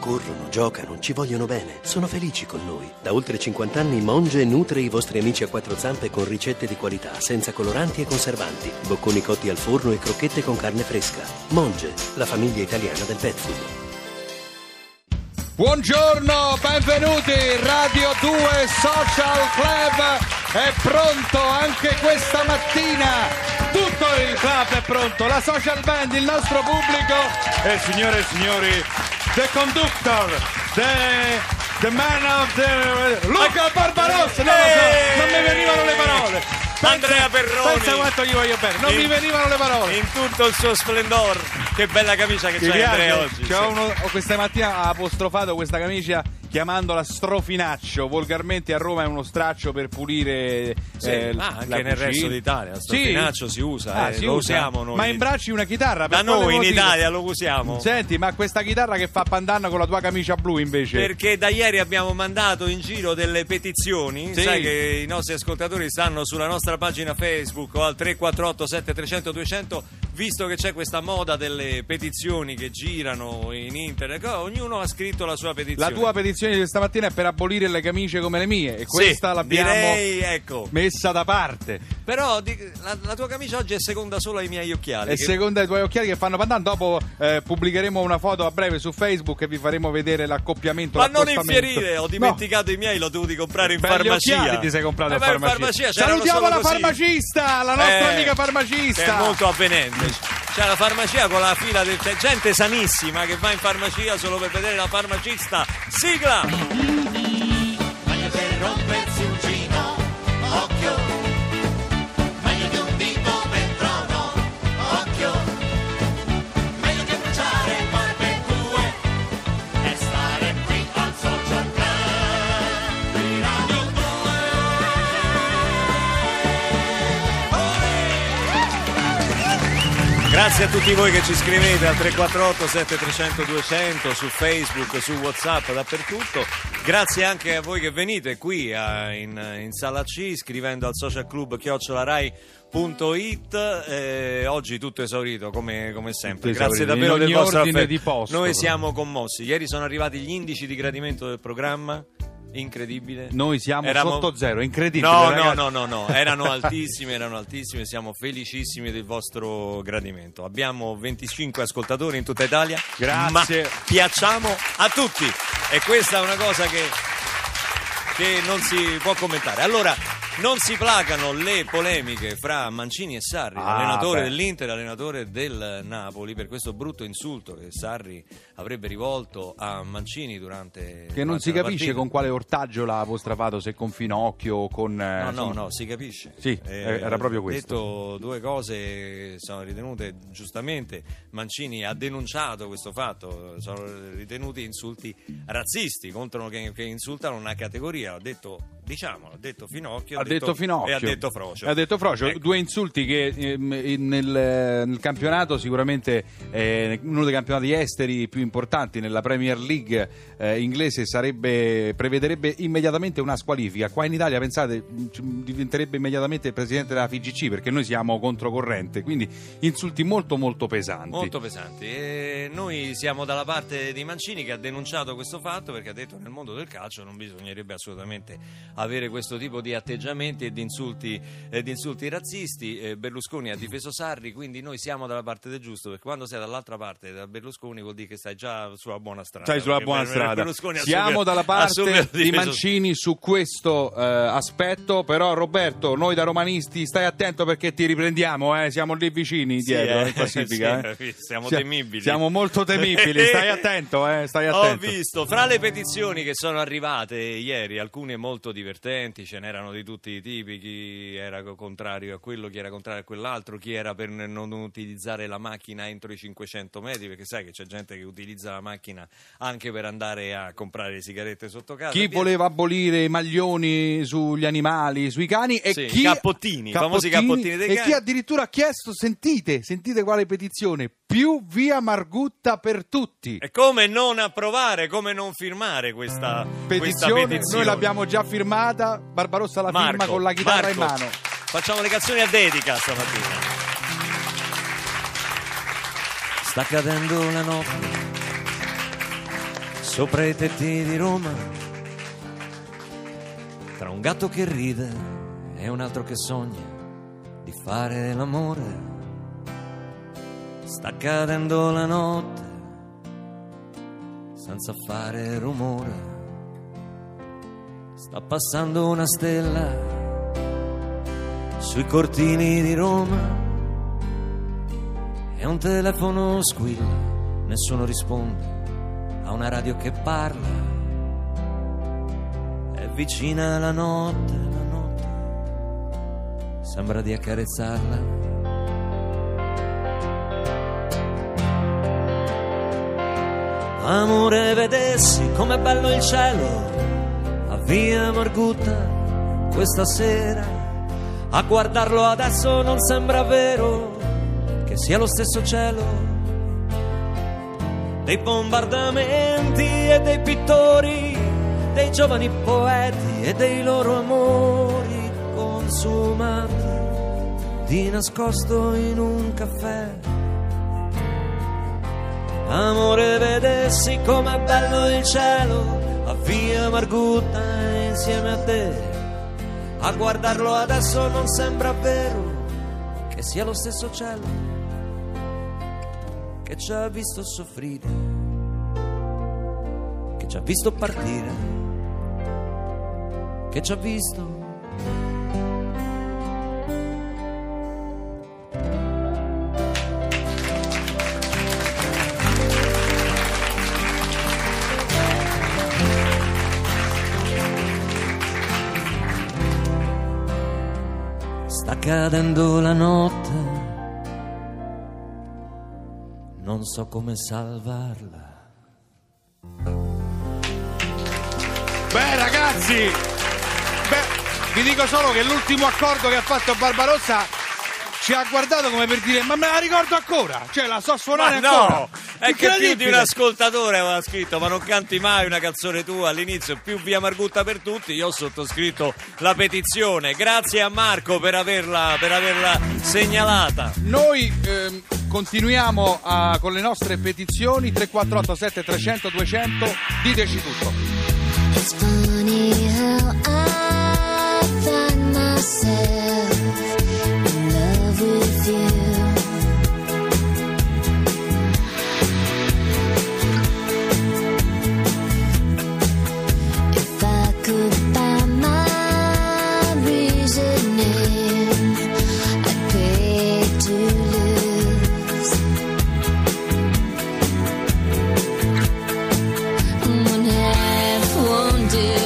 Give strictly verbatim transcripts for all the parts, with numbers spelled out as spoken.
corrono, giocano, ci vogliono bene, sono felici con noi. Da oltre cinquanta anni Monge nutre i vostri amici a quattro zampe con ricette di qualità, senza coloranti e conservanti, bocconi cotti al forno e crocchette con carne fresca. Monge, la famiglia italiana del pet food. Buongiorno, benvenuti, Radio due Social Club è pronto anche questa mattina, tutto il club è pronto, la social band, il nostro pubblico e signore e signori, the conductor, the, the man of the... Luca Barbarossa, non lo so, non mi venivano le parole. Andrea Perroni, pensa quanto gli voglio bene, non in, mi venivano le parole. In tutto il suo splendor. Che bella camicia che Ti c'hai, Andrea, oggi. C'è sì. uno, questa mattina ha apostrofato questa camicia chiamandola strofinaccio. Volgarmente a Roma è uno straccio per pulire sì, eh, ma anche la nel cucina. resto d'Italia strofinaccio sì. si usa, ah, eh, si lo usa. usiamo noi. Ma imbracci una chitarra per da noi in motivo? Italia lo usiamo. Senti, ma questa chitarra che fa pandanna con la tua camicia blu invece? Perché da ieri abbiamo mandato in giro delle petizioni. Sì. Sai che i nostri ascoltatori stanno sulla nostra pagina Facebook o al tre quattro otto sette tre zero zero due zero zero. Visto che c'è questa moda delle petizioni che girano in internet, ognuno ha scritto la sua petizione. La tua petizione di questa mattina è per abolire le camicie come le mie e questa sì, l'abbiamo direi, ecco. messa da parte. Però di, la, la tua camicia oggi è seconda solo ai miei occhiali. È che... seconda ai tuoi occhiali che fanno pandan. Dopo eh, pubblicheremo una foto a breve su Facebook e vi faremo vedere l'accoppiamento. Ma non infierire, ho dimenticato no. i miei, l'ho dovuti comprare in per farmacia. Gli occhiali ti sei comprato eh, in farmacia. farmacia Salutiamo la così. farmacista, la nostra eh, amica farmacista. Che è molto avvenente. C'è la farmacia con la fila del... C'è gente sanissima che va in farmacia solo per vedere la farmacista. Sigla! Meglio che rompersi un gino, occhio. Meglio che un dito per trono, occhio. Meglio che bruciare barbecue e stare qui al Social Club di Radio Grazie a tutti voi che ci scrivete al tre quattro otto sette tre zero zero due zero zero su Facebook, su WhatsApp, dappertutto. Grazie anche a voi che venite qui a, in, in Sala C scrivendo al socialclub chiocciola rai punto it. Eh, oggi tutto esaurito come, come sempre. Tutto Grazie esaurito, davvero in del ogni vostro ordine affetto. di posto, Noi però. siamo commossi. Ieri sono arrivati gli indici di gradimento del programma. Incredibile. Noi siamo Eramo... sotto zero, incredibile. No, ragazzi. no, no, no, no, erano altissimi, erano altissimi, siamo felicissimi del vostro gradimento. Abbiamo venticinque ascoltatori in tutta Italia. Grazie. Ma piacciamo a tutti. E questa è una cosa che, che non si può commentare. Allora, non si placano le polemiche fra Mancini e Sarri, Ah, allenatore beh. dell'Inter e allenatore del Napoli, per questo brutto insulto che Sarri avrebbe rivolto a Mancini durante Che non durante si la capisce partita. con quale ortaggio l'ha apostrofato, se con Finocchio o con... eh, No, no, insomma. no, si capisce. Sì, era proprio questo. Ha detto due cose, sono ritenute giustamente. Mancini ha denunciato questo fatto, sono ritenuti insulti razzisti contro che, che insultano una categoria. Ha detto, diciamolo, ha detto Finocchio, Ha detto Finocchio e ha detto Frocio. Ha detto Frocio, Ecco. due insulti che ehm, nel, nel campionato sicuramente eh, uno dei campionati esteri più importanti, nella Premier League eh, inglese, sarebbe prevederebbe immediatamente una squalifica. Qua in Italia, pensate, diventerebbe immediatamente il presidente della F I G C, perché noi siamo controcorrente, quindi insulti molto molto pesanti. Molto pesanti. E noi siamo dalla parte di Mancini, che ha denunciato questo fatto, perché ha detto nel mondo del calcio non bisognerebbe assolutamente avere questo tipo di atteggiamenti e di insulti, eh, di insulti razzisti. eh, Berlusconi ha difeso Sarri, quindi noi siamo dalla parte del giusto, perché quando sei dall'altra parte da Berlusconi vuol dire che stai già sulla buona strada. Stai sulla Perché buona per- strada. Berlusconi ha Siamo subito- dalla ha parte subito di difeso- Mancini su questo eh, aspetto, però Roberto, noi da romanisti stai attento perché ti riprendiamo, eh? Siamo lì vicini Sì, dietro eh, in classifica. sì, eh. siamo Sia- temibili. Siamo molto temibili, stai attento, eh? Stai Ho attento. visto, fra le petizioni che sono arrivate ieri, alcune molto divertenti, ce n'erano di tutti i tipi, chi era contrario a quello, chi era contrario a quell'altro, chi era per non utilizzare la macchina entro i cinquecento metri, perché sai che c'è gente che utilizza la macchina anche per andare a comprare le sigarette sotto casa. Chi Pier- voleva abolire i maglioni sugli animali, sui cani, e Sì, chi... i cappottini, i famosi cappottini dei e cani. chi addirittura ha chiesto, sentite, sentite quale petizione, più via Margutta per tutti. E come non approvare, come non firmare questa Petizione, questa petizione? noi l'abbiamo già firmata, Barbarossa la Marco, firma con la chitarra Marco, in mano. Facciamo le canzoni a dedica stamattina. Sta cadendo la notte sopra i tetti di Roma, tra un gatto che ride e un altro che sogna di fare l'amore. Sta cadendo la notte senza fare rumore, sta passando una stella sui cortini di Roma e un telefono squilla, nessuno risponde a una radio che parla. È vicina la notte, la notte sembra di accarezzarla. Amore, vedessi com'è bello il cielo a via Margutta questa sera. A guardarlo adesso non sembra vero che sia lo stesso cielo dei bombardamenti e dei pittori, dei giovani poeti e dei loro amori consumati di nascosto in un caffè. Amore, vedessi com'è bello il cielo a via Margutta insieme a te. A guardarlo adesso non sembra vero che sia lo stesso cielo che ci ha visto soffrire, che ci ha visto partire, che ci ha visto. Sta cadendo la notte, non so come salvarla. Beh ragazzi, beh, vi dico solo che l'ultimo accordo che ha fatto Barbarossa ci ha guardato come per dire: ma me la ricordo ancora, cioè la so suonare ma ancora. No, è che più di un ascoltatore aveva scritto: ma non canti mai una canzone tua all'inizio, più via Margutta per tutti. Io ho sottoscritto la petizione, grazie a Marco per averla, per averla segnalata. Noi ehm, continuiamo a, con le nostre petizioni. Tre quattro otto sette trecento duecento, diteci tutto. It's funny how I find myself in love with you. If I could buy my reasoning, I'd pay to lose. One half won't do.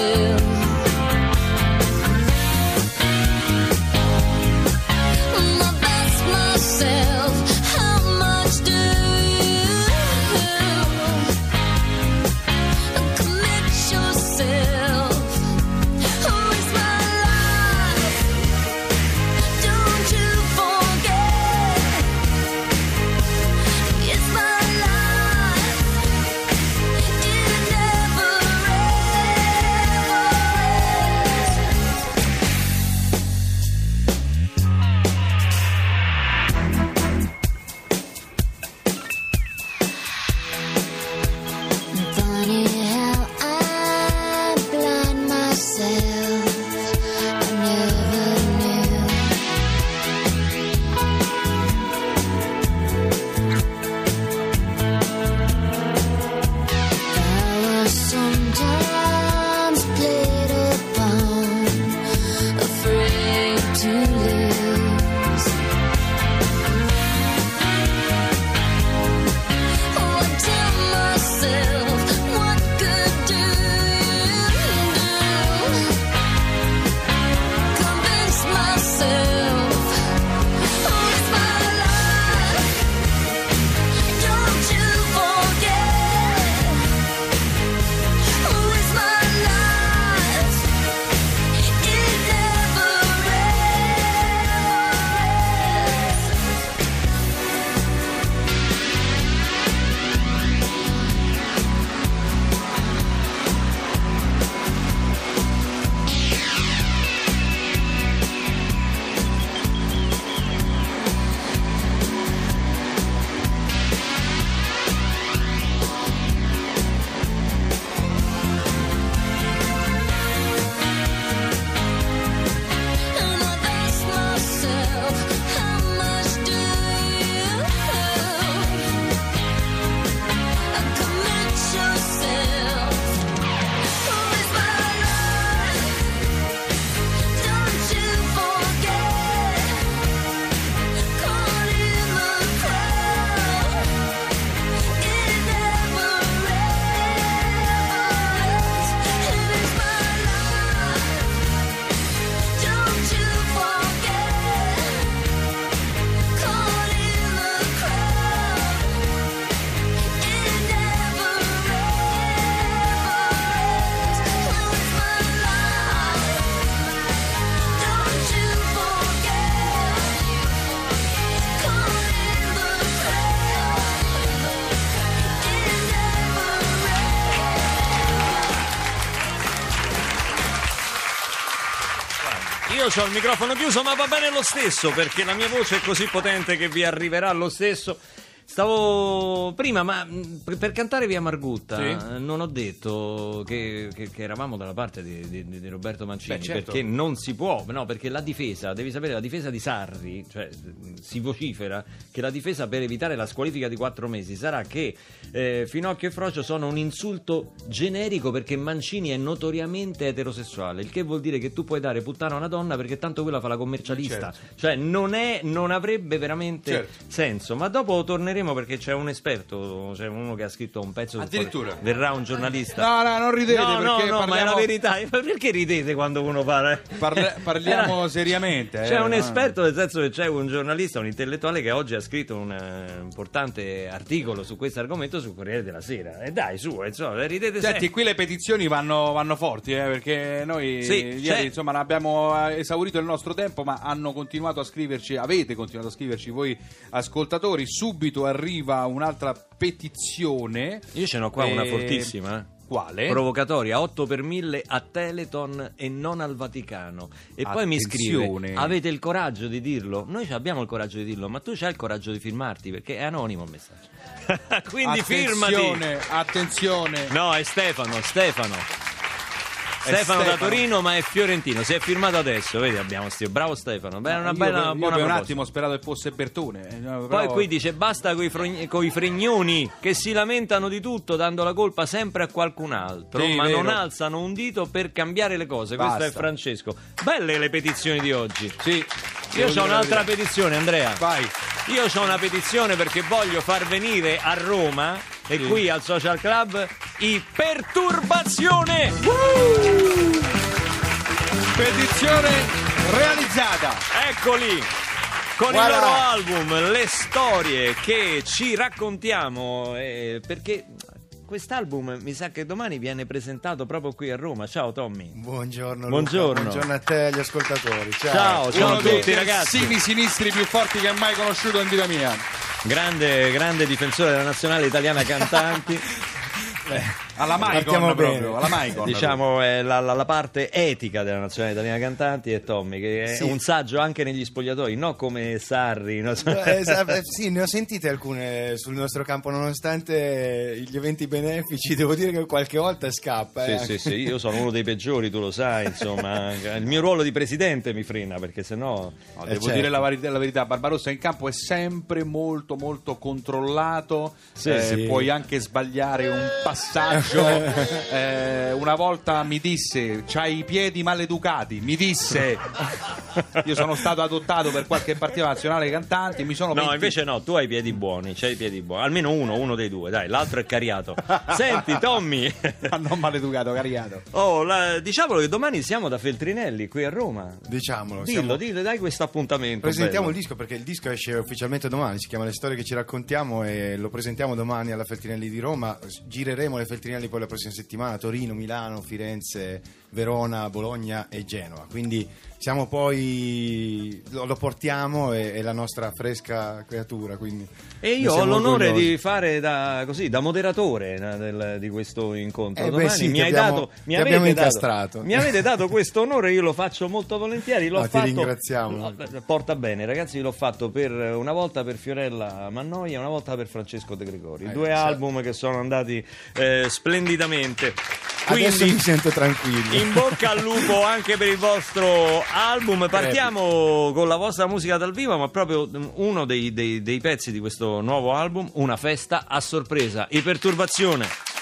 Who is io ho il microfono chiuso, ma va bene lo stesso, perché la mia voce è così potente che vi arriverà lo stesso. Stavo prima, ma mh, per cantare Via Margutta Sì. eh, non ho detto che, che, che eravamo dalla parte di, di, di Roberto Mancini. Beh, certo. Perché non si può, no, perché la difesa, devi sapere, la difesa di Sarri, cioè si vocifera che la difesa per evitare la squalifica di quattro mesi sarà che eh, Finocchio e Frocio sono un insulto generico perché Mancini è notoriamente eterosessuale, il che vuol dire che tu puoi dare puttana a una donna perché tanto quella fa la commercialista, Certo. cioè non è, non avrebbe veramente Certo. senso. Ma dopo torneremo perché c'è un esperto, c'è uno che ha scritto un pezzo. Addirittura. Fuori. Verrà un giornalista. No, no, non ridete No, no, perché no, parliamo... ma è la verità. Perché ridete quando uno parla? Parle- parliamo Era- seriamente. C'è eh, un no. esperto, nel senso che c'è un giornalista, un intellettuale che oggi ha scritto un eh, importante articolo su questo argomento sul Corriere della Sera. E dai, su, insomma, ridete Senti, sempre. qui le petizioni vanno, vanno forti, eh, perché noi Sì, ieri c'è- insomma ne abbiamo esaurito il nostro tempo, ma hanno continuato a scriverci, avete continuato a scriverci voi ascoltatori. Subito arriva un'altra petizione. Io ce n'ho qua una Eh, fortissima. eh. Quale? Provocatoria otto per mille a Teleton e non al Vaticano. E poi mi scrive: Attenzione. avete il coraggio di dirlo? Noi abbiamo il coraggio di dirlo, ma tu c'hai il coraggio di firmarti perché è anonimo il messaggio. Quindi firmati. Attenzione, attenzione. No, è Stefano, Stefano. Stefano, da Stefano. Torino, ma è fiorentino. Si è firmato adesso, vedi, abbiamo sti... Bravo Stefano. Beh, è una Io bella per- io buona per un proposta. attimo ho sperato che fosse Bertone. eh, no, Poi però- qui dice basta coi, frogn- coi fregnoni che si lamentano di tutto dando la colpa sempre a qualcun altro, Sì, ma vero. non alzano un dito per cambiare le cose. Questo Basta. è Francesco. Belle le petizioni di oggi. Sì. Io devo ho dire un'altra la verità. petizione, Andrea. Vai. Io ho una petizione perché voglio far venire a Roma e Sì. qui al Social Club i Perturbazione. Petizione realizzata. Eccoli! Con Voilà. il loro album, le storie che ci raccontiamo, eh, perché quest'album mi sa che domani viene presentato proprio qui a Roma. Ciao Tommy. Buongiorno, Buongiorno. Luca. Buongiorno a te e agli ascoltatori. Ciao. Ciao, ciao Uno a dei tutti ragazzi. terzini sinistri più forti che ho mai conosciuto in vita mia. Grande, grande difensore della nazionale italiana cantanti. Alla Maicon Partiamo proprio, bene. alla Maicon. Diciamo è la, la- la parte etica della nazionale italiana cantanti è Tommy, che è Sì. un saggio anche negli spogliatoi, no come Sarri. No? Eh, sa- eh, sì, ne ho sentite alcune sul nostro campo, nonostante gli eventi benefici, devo dire che qualche volta scappa. Sì, eh, sì, anche. sì, io sono uno dei peggiori, tu lo sai, insomma, il mio ruolo di presidente mi frena perché sennò... No, Eh, devo certo. dire la, vari- la verità, Barbarossa in campo è sempre molto molto controllato. Sì, eh, sì. Puoi anche sbagliare un passaggio. Eh, una volta mi disse: c'hai i piedi maleducati. Mi disse: io sono stato adottato per qualche partita nazionale cantanti. Mi sono No, penti- invece no, tu hai i piedi buoni, c'hai i piedi buoni, almeno uno, uno dei due, dai, l'altro è cariato. Senti Tommy, Ma non maleducato, cariato. oh, la- diciamolo che domani siamo da Feltrinelli qui a Roma. Diciamolo. Dillo, siamo- dillo, dai questo appuntamento. Presentiamo bello. il disco perché il disco esce ufficialmente domani, si chiama Le storie che ci raccontiamo e lo presentiamo domani alla Feltrinelli di Roma. Gireremo le Feltrinelli poi la prossima settimana, Torino, Milano, Firenze, Verona, Bologna e Genova. Quindi siamo poi lo, lo portiamo e è la nostra fresca creatura, quindi E ne io ho siamo l'onore orgogliosi. di fare da, così, da moderatore eh, del- di questo incontro. Eh beh, Domani sì, mi ti hai abbiamo- dato, mi ti abbiamo avete dato- incastrato. mi avete dato questo onore, io lo faccio molto volentieri. L'ho No, ti fatto, ringraziamo. No, porta bene, ragazzi. L'ho fatto per una volta per Fiorella Mannoia e una volta per Francesco De Gregori. Eh, Due sì. album che sono andati eh, splendidamente. Adesso Quindi, mi sento tranquillo. in bocca al lupo anche per il vostro album. Partiamo con la vostra musica dal vivo, ma proprio uno dei, dei- dei pezzi di questo nuovo album, Una festa a sorpresa, I Perturbazione.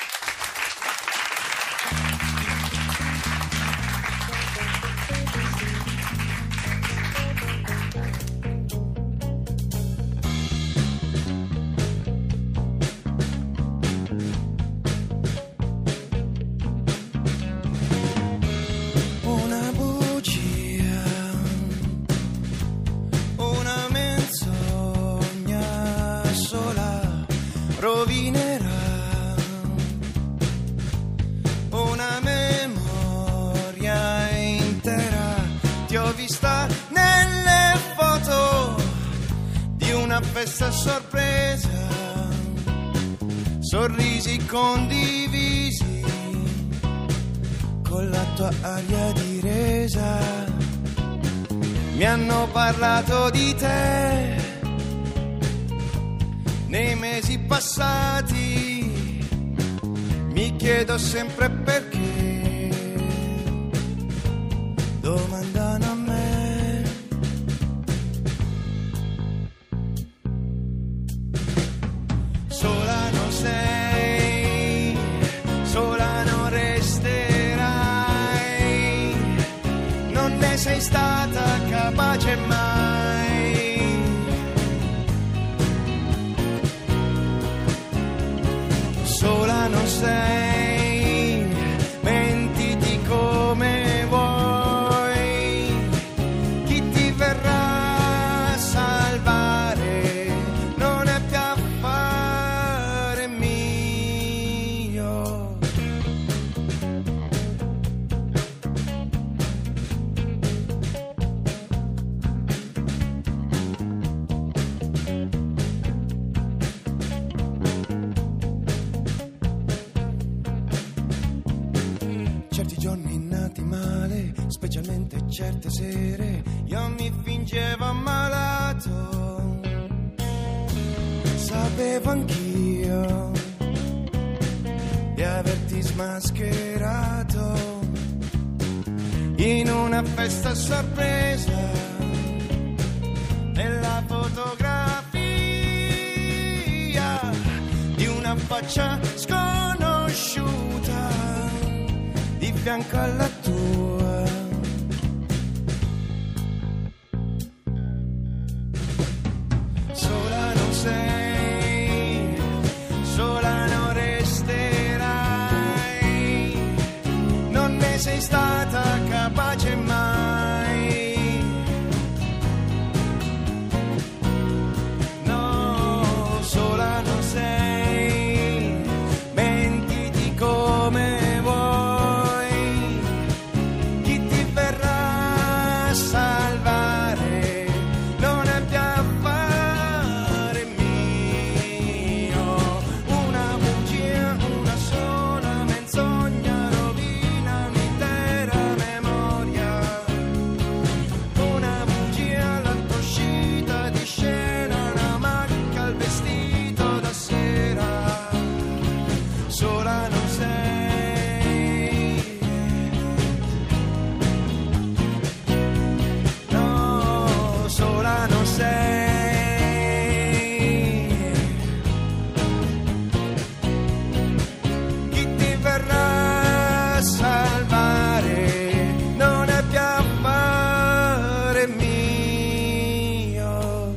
Una bugia, una menzogna sola rovinerà una memoria intera. Ti ho vista nelle foto di una festa a sorpresa, sorrisi condivisi con la tua aria di resa. mi hanno parlato di te nei mesi passati, mi chiedo sempre perché domandano a me. Sola non sei, sola non resterai, non ne sei stata capace mai. Sola non sei, mentiti come vuoi, chi ti verrà a salvare non è più affare mio. Certi giorni nati male, specialmente certe sere, io mi fingevo ammalato. Sapevo anch'io di averti smascherato in una festa a sorpresa, nella fotografia di una faccia sconosciuta di fianco alla tua. Sola non sei, sola non resterai, non ne sei stata capace mai. No, sola non sei, mentiti come salvare non è più affare mio. Una bugia, una sola menzogna rovina un'intera memoria. Una bugia, l'altra uscita di scena, una macchia al vestito da sera. Sola non sei, sola non sei, chi ti verrà a salvare non è più affare mio.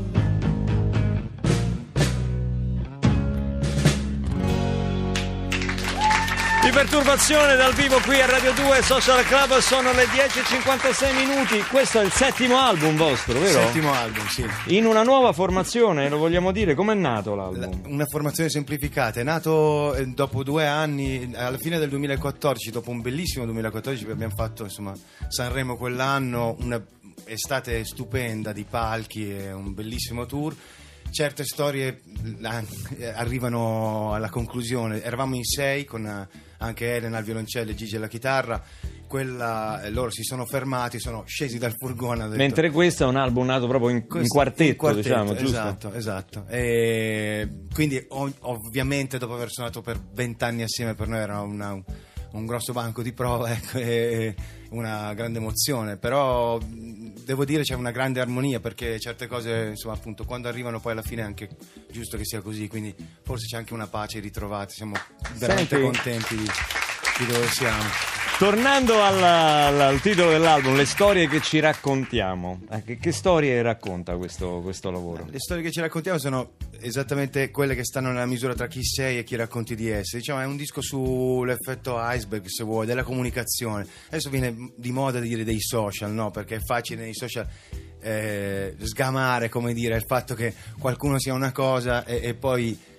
Di perturbazione dal vivo qui a Radio due Social Club, sono le dieci e cinquantasei minuti. Questo è il settimo album vostro, vero? Settimo album, sì. In una nuova formazione, lo vogliamo dire, com'è nato l'album? La- una formazione semplificata, è nato eh, dopo due anni, alla fine del duemilaquattordici, dopo un bellissimo duemilaquattordici, abbiamo fatto insomma Sanremo quell'anno, una estate stupenda di palchi e un bellissimo tour. Certe storie la- arrivano alla conclusione, eravamo in sei con eh, anche Elena al violoncello e Gigi alla chitarra. Quella, eh, loro si sono fermati, sono scesi dal furgone, hanno detto, Mentre questo è un album nato proprio in, in questo- quartetto, in quartetto, diciamo, giusto? esatto, esatto. E quindi ov- ovviamente dopo aver suonato per vent'anni assieme, per noi era una, un grosso banco di prova, ecco, e una grande emozione, però mh, devo dire c'è una grande armonia, perché certe cose insomma appunto quando arrivano poi alla fine è anche giusto che sia così, quindi forse c'è anche una pace ritrovata, siamo veramente Senti. contenti di, di dove siamo. Tornando alla- alla- al titolo dell'album, le storie che ci raccontiamo, eh, che, che storie racconta questo, questo lavoro? Le storie che ci raccontiamo sono esattamente quelle che stanno nella misura tra chi sei e chi racconti di essere. Diciamo, è un disco sull'effetto iceberg, se vuoi, della comunicazione. Adesso viene di moda dire dei social, no? Perché è facile nei social eh, sgamare, come dire, il fatto che qualcuno sia una cosa e, e poi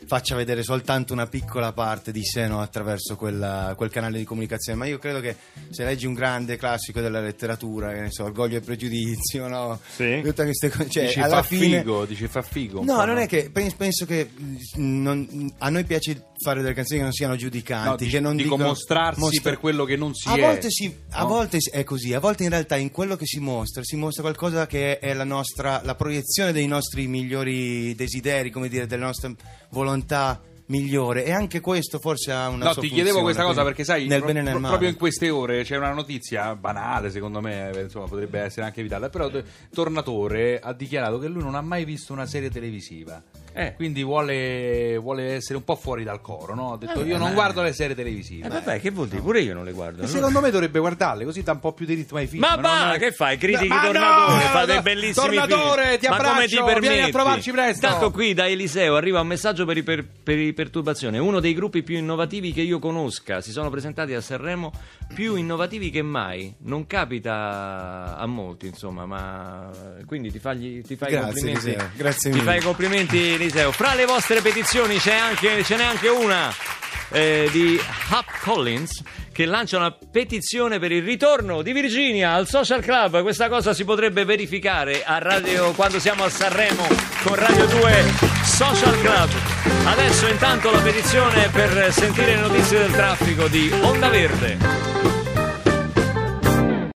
faccia vedere soltanto una piccola parte di sé, no, attraverso quella, quel canale di comunicazione. Ma io credo che se leggi un grande classico della letteratura, che ne so, Orgoglio e Pregiudizio, no? Sì. Tutte queste cose, cioè, dici alla fa fine... figo, dici fa figo un No, po', non è che penso, penso che non- a noi piace fare delle canzoni che non siano giudicanti, No, dici- che non dico dicono- mostrarsi mostra- per quello che non si a è. volte sì, a no? volte è così, a volte in realtà in quello che si mostra si mostra qualcosa che è la nostra, la proiezione dei nostri migliori desideri, come dire, della nostra volontà migliore, e anche questo forse ha una No, sua ti chiedevo funzione, questa cosa quindi, perché sai, nel pro- bene e nel pro- male. proprio in queste ore c'è una notizia banale, secondo me, eh, insomma, potrebbe essere anche evitata, però t- Tornatore ha dichiarato che lui non ha mai visto una serie televisiva. Eh. Quindi vuole, vuole essere un po' fuori dal coro, no? Ha detto Eh, io non ma- guardo le serie televisive. Eh, vabbè, che vuol dire? Pure io non le guardo. E secondo me dovrebbe guardarle, così dà un po' più di ritmo ai film. Ma non va, è- che fai? Critichi Ma no, Tornatore, fate no, bellissimi Tornatore, film. ti Ma come ti abbraccio, permetti? vieni a trovarci presto. Intanto qui da Eliseo arriva un messaggio per, i per, per i perturbazione. Uno dei gruppi più innovativi che io conosca. Si sono presentati a Sanremo, più innovativi che mai. Non capita a molti, insomma, ma quindi ti fai, ti fai Grazie, complimenti. Eliseo, grazie Ti mille. fai complimenti, Eliseo. Fra le vostre petizioni c'è anche, ce n'è anche una eh, di Hap Collins, che lancia una petizione per il ritorno di Virginia al Social Club. Questa cosa si potrebbe verificare a radio quando siamo a Sanremo con Radio due Social Club. Adesso intanto la petizione per sentire le notizie del traffico di Onda Verde.